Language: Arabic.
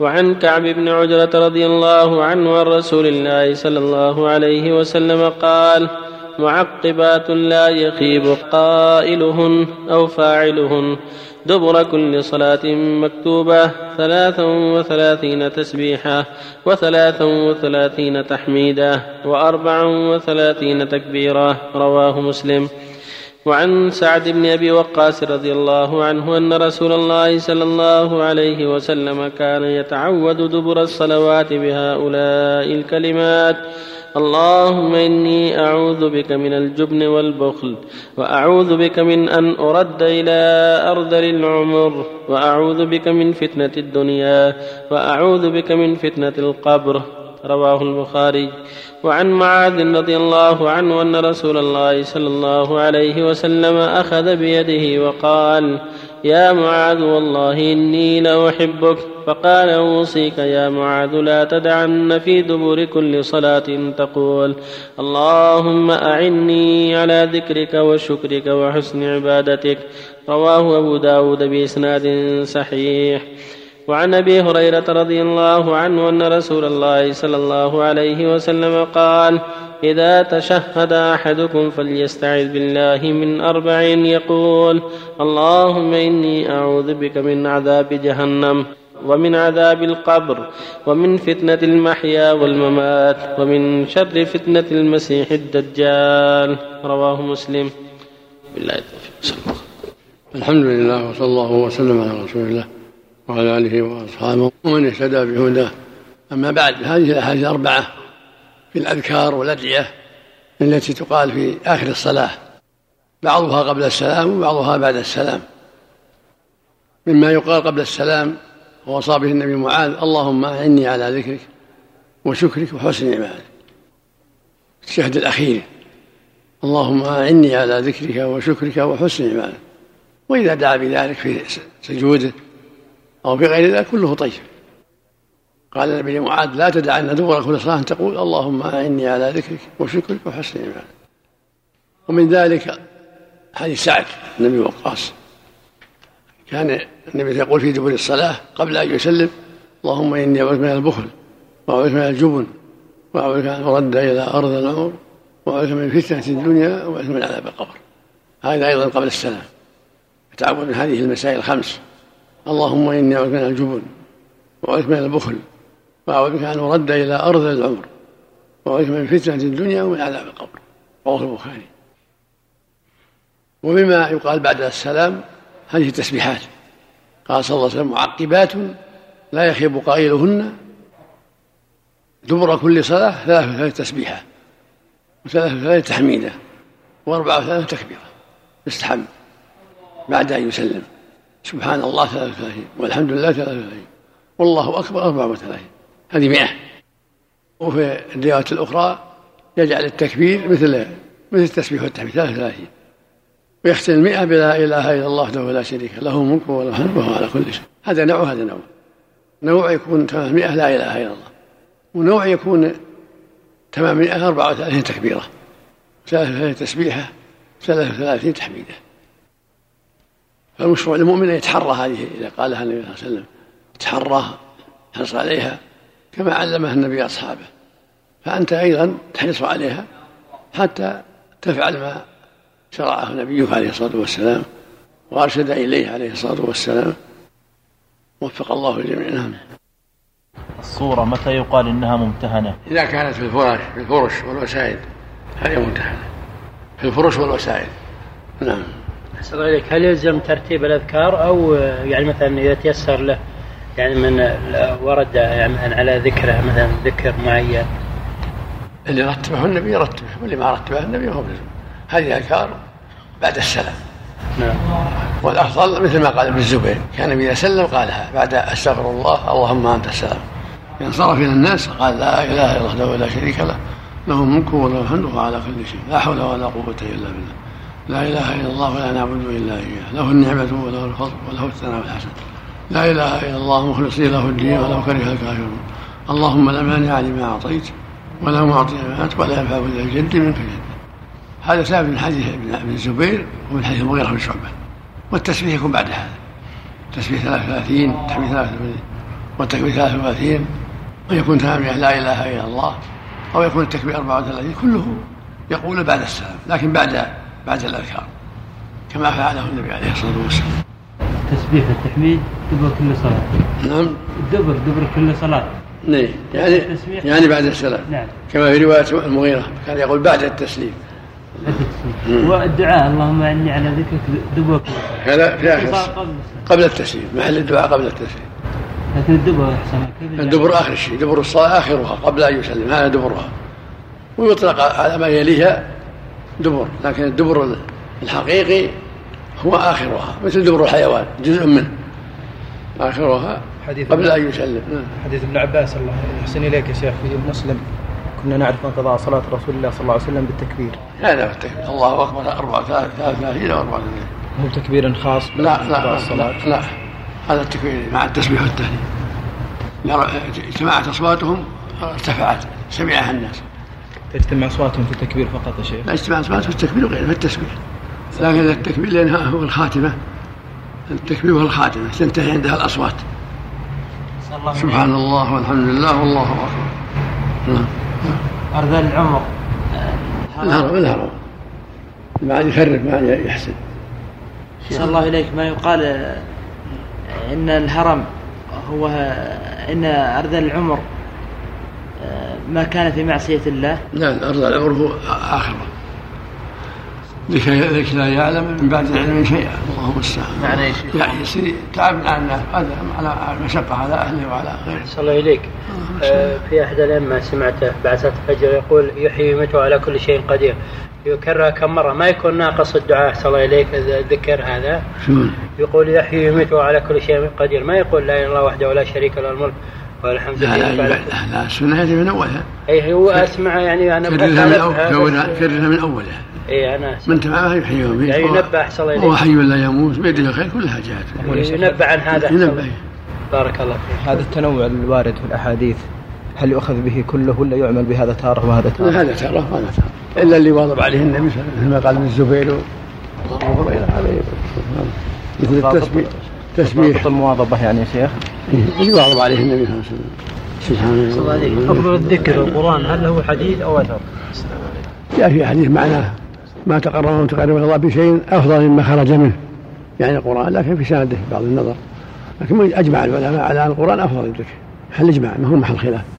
وعن كعب بن عجرة رضي الله عنه عن رسول الله صلى الله عليه وسلم قال: معقبات لا يخيب قائلهن أو فاعلهن دبر كل صلاة مكتوبة 33 تسبيحة 33 تحميدة 34 تكبيرة. رواه مسلم. وعن سعد بن أبي وقاص رضي الله عنه أن رسول الله صلى الله عليه وسلم كان يتعوذ دبر الصلوات بهؤلاء الكلمات: اللهم إني أعوذ بك من الجبن والبخل، وأعوذ بك من أن أرد إلى أرذل العمر، وأعوذ بك من فتنة الدنيا، وأعوذ بك من فتنة القبر. رواه البخاري. وعن معاذ رضي الله عنه أن رسول الله صلى الله عليه وسلم أخذ بيده وقال: يا معاذ والله إني لأحبك. فقال: أوصيك يا معاذ لا تدعن في دبر كل صلاة تقول: اللهم أعني على ذكرك وشكرك وحسن عبادتك. رواه أبو داود بإسناد صحيح. وعن أبي هريرة رضي الله عنه أن رسول الله صلى الله عليه وسلم قال: إذا تشهد أحدكم فليستعذ بالله من 4 يقول: اللهم إني أعوذ بك من عذاب جهنم، ومن عذاب القبر، ومن فتنة المحيا والممات، ومن شر فتنة المسيح الدجال. رواه مسلم. بالله التوفيق. الحمد لله، وصلى الله وسلم على رسول الله وعلى آله وأصحابه ومن اهتدى بهداه. أما بعد، هذه الأحاديث 4 في الأذكار والأدعية التي تقال في آخر الصلاة، بعضها قبل السلام وبعضها بعد السلام. مما يقال قبل السلام ووصى به النبي معاذ: اللهم أعني على ذكرك وشكرك وحسن عبادتك. الشهد الأخير: اللهم أعني على ذكرك وشكرك وحسن عبادتك. وإذا دعا بذلك في سجوده أو في غير ذلك كله طيب. قال النبي معاذ: لا تدعن دبر كل صلاة تقول: اللهم أعني على ذكرك وشكرك وحسن عبادتك. ومن ذلك حديث سعد بن أبي وقاص، كان النبي يقول في دبر الصلاة قبل أن يسلم: اللهم إني أعوذ من البخل، وأعوذ من الجبن، وأعوذ أن أرد إلى أرض العمر، وأعوذ من فتنة الدنيا، وأعوذ من عذاب القبر. هذا أيضا قبل السلام، يتعوذ من هذه المسائل 5: اللهم إني أعوذ من الجبن، وأعوذ من البخل، وأعوذ بك أن أرد إلى أرض العمر، وأعوذ من فتنة الدنيا ومن عذاب القبر. رواه البخاري. ومما يقال بعد السلام هذه التسبيحات، قال صلى الله عليه وسلم: معقبات لا يخيب قائلهن دبر كل صلاة 33 تسبيحة، و33 تحميدة، و34 تكبيرة. يستحب بعد أن يسلم: سبحان الله 33، والحمد لله 33، والله أكبر 34. هذه 100. وفي الروايات الأخرى يجعل التكبير مثل التسبيح والتحميد 33، ويختم 100 بلا إله إلا الله وحده لا شريك له، له الملك وله الحمد وهو على كل شيء. هذا نوع. هذا نوع يكون تمام 100 لا إله إلا الله، ونوع يكون تمام 100 34 تكبيرة، 33 تسبيحة، 33 تحميدة. فالمشروع للمؤمن أن يتحرى هذه إذا قالها النبي صلى الله عليه وسلم، يتحراها، يحرص عليها كما علمها النبي أصحابه. فأنت أيضا تحرص عليها حتى تفعل ما شرعه نبيك عليه الصلاة والسلام وأرشد إليه عليه الصلاة والسلام. وفق الله الجميع. الصورة متى يقال إنها ممتهنة؟ إذا كانت في الفرش والوسائد هذه ممتهنة، في الفرش والوسائد. نعم. هل يلزم ترتيب الأذكار أو يعني مثلا إذا تيسر له يعني من ورد يعني على ذكره مثلا ذكر معين؟ اللي رتبه النبي يرتبه، واللي ما رتبه النبي هو بلزم. هذه أذكار بعد السلام. نعم. والأفضل مثل ما قال ابن الزبير، كان إذا سلم قالها بعد أستغفر الله اللهم أنت السلام. انصرف إلى الناس قال: لا إله إلا الله ولا شريك له، له الملك وله الحمد وهو على كل شيء، لا حول ولا قوة إلا بالله، لا إله إلا الله ولا نعبد إلا إياه، له النعمة وله الفضل وله الثناء الحسن، لا إله إلا الله مخلصين له الدين ولو كره الكافرون، اللهم لا مانع لما أعطيت ولا معطي لما أنعمت ولا ينفع ذا الجد منك الجد. هذا ثابت من حديث ابن الزبير ومن حديث المغيرة بن شعبة. والتسبيح يكون بعد هذا، تسبيح 33 تحميد 33 والتكبير 33 ويكون 8 لا إله إلا الله، أو يكون التكبير 34 كله يقول بعد السلام، لكن بعد الأذكار كما فعله النبي عليه الصلاة والسلام. تسبيح التحميد دبر كل صلاة. نعم. دبر كل صلاة. نعم. يعني بعد السلام. نعم. كما في رواية المغيرة كان يقول بعد التسليم. والدعاء اللهم أعني على ذكرك دبر كل صلاة. هذا في آخر قبل التسليم، محل الدعاء قبل التسليم. لكن الدبر أحسن. الدبر آخر شيء، دبر الصلاة آخرها قبل أن يسلم، هذا دبرها، ويطلق على ما يليها دبر، لكن الدبر الحقيقي هو آخرها، مثل دبر الحيوان جزء منه آخرها قبل أن يسلم. حديث ابن عباس الله يحسن إليك يا شيخ في مسلم كنا نعرف من قضاء صلاة رسول الله صلى الله عليه وسلم بالتكبير. هذا هو التكبير، الله أكبر 34 أو 34. هو تكبير خاص؟ لا هذا التكبير مع التسبيح والتهليل، اجتمعت أصواتهم ارتفعت سمعها الناس. تجتمع أصواتهم في التكبير فقط يا شيخ؟ لا، اجتماع أصواتهم في التكبير وغيره في التسبيح، لكن التكبير لأنها هو الخاتمة، التكبير هو الخاتمة تنتهي عندها الأصوات. سبحان الله والحمد لله والله أكبر. أرذل العمر الهرم ما عاد يخرب، ما عاد يحسن. صلى الله إليك ما يقال إن الهرم هو إن أرذل العمر ما كان في معصية الله. لا، أرذل العمر هو آخره، ذلك لا يعلم من بعد العلم شيئا، اللهم استعان. يعني يصير تعب عن الناس، هذا على مشقة على أهله وعلى غيره. صلى الله إليك. في أحد الأئمة سمعته بعد صلاة الفجر يقول يحيي ويميت على كل شيء قدير، يكررها كم مرة، ما يكون ناقص الدعاء صلى الله إليك الذكر هذا. يقول يحيي ويميت على كل شيء قدير، ما يقول لا إله إلا الله وحده ولا شريك له الملك والحمد لله. لا السنة هذه من أولها. أي هو أسمع يعني أنا كررها من أولها. إيه أنا من تمامها يحيي ويميت. يعني ينبه صلى الله إليك. هو حي لا يموت بيده الخير كلها جاءت. ينبه عن هذا. ينبه. بارك الله فيك. هذا التنوع الوارد في الأحاديث هل يؤخذ به كله ولا يعمل بهذا تارة وهذا تارة؟ هذا تارة وهذا تارة، إلا اللي واظب عليه النبي صلى الله عليه وسلم قال ابن الزبير وأبو هريرة عليه مثل التسبيح المواظبة يعني يا شيخ اللي واظب عليه النبي صلى الله عليه وسلم. سبحان الله. أفضل الذكر القرآن هل هو حديث أو أثر؟ جاء في حديث معناه ما تقرب الله بشيء أفضل مما خرج منه، يعني القرآن، لكن في سنده بعض النظر، لكن أجمع العلماء على القرآن أفضل الذكر، محل إجماع ما هو محل خلاف.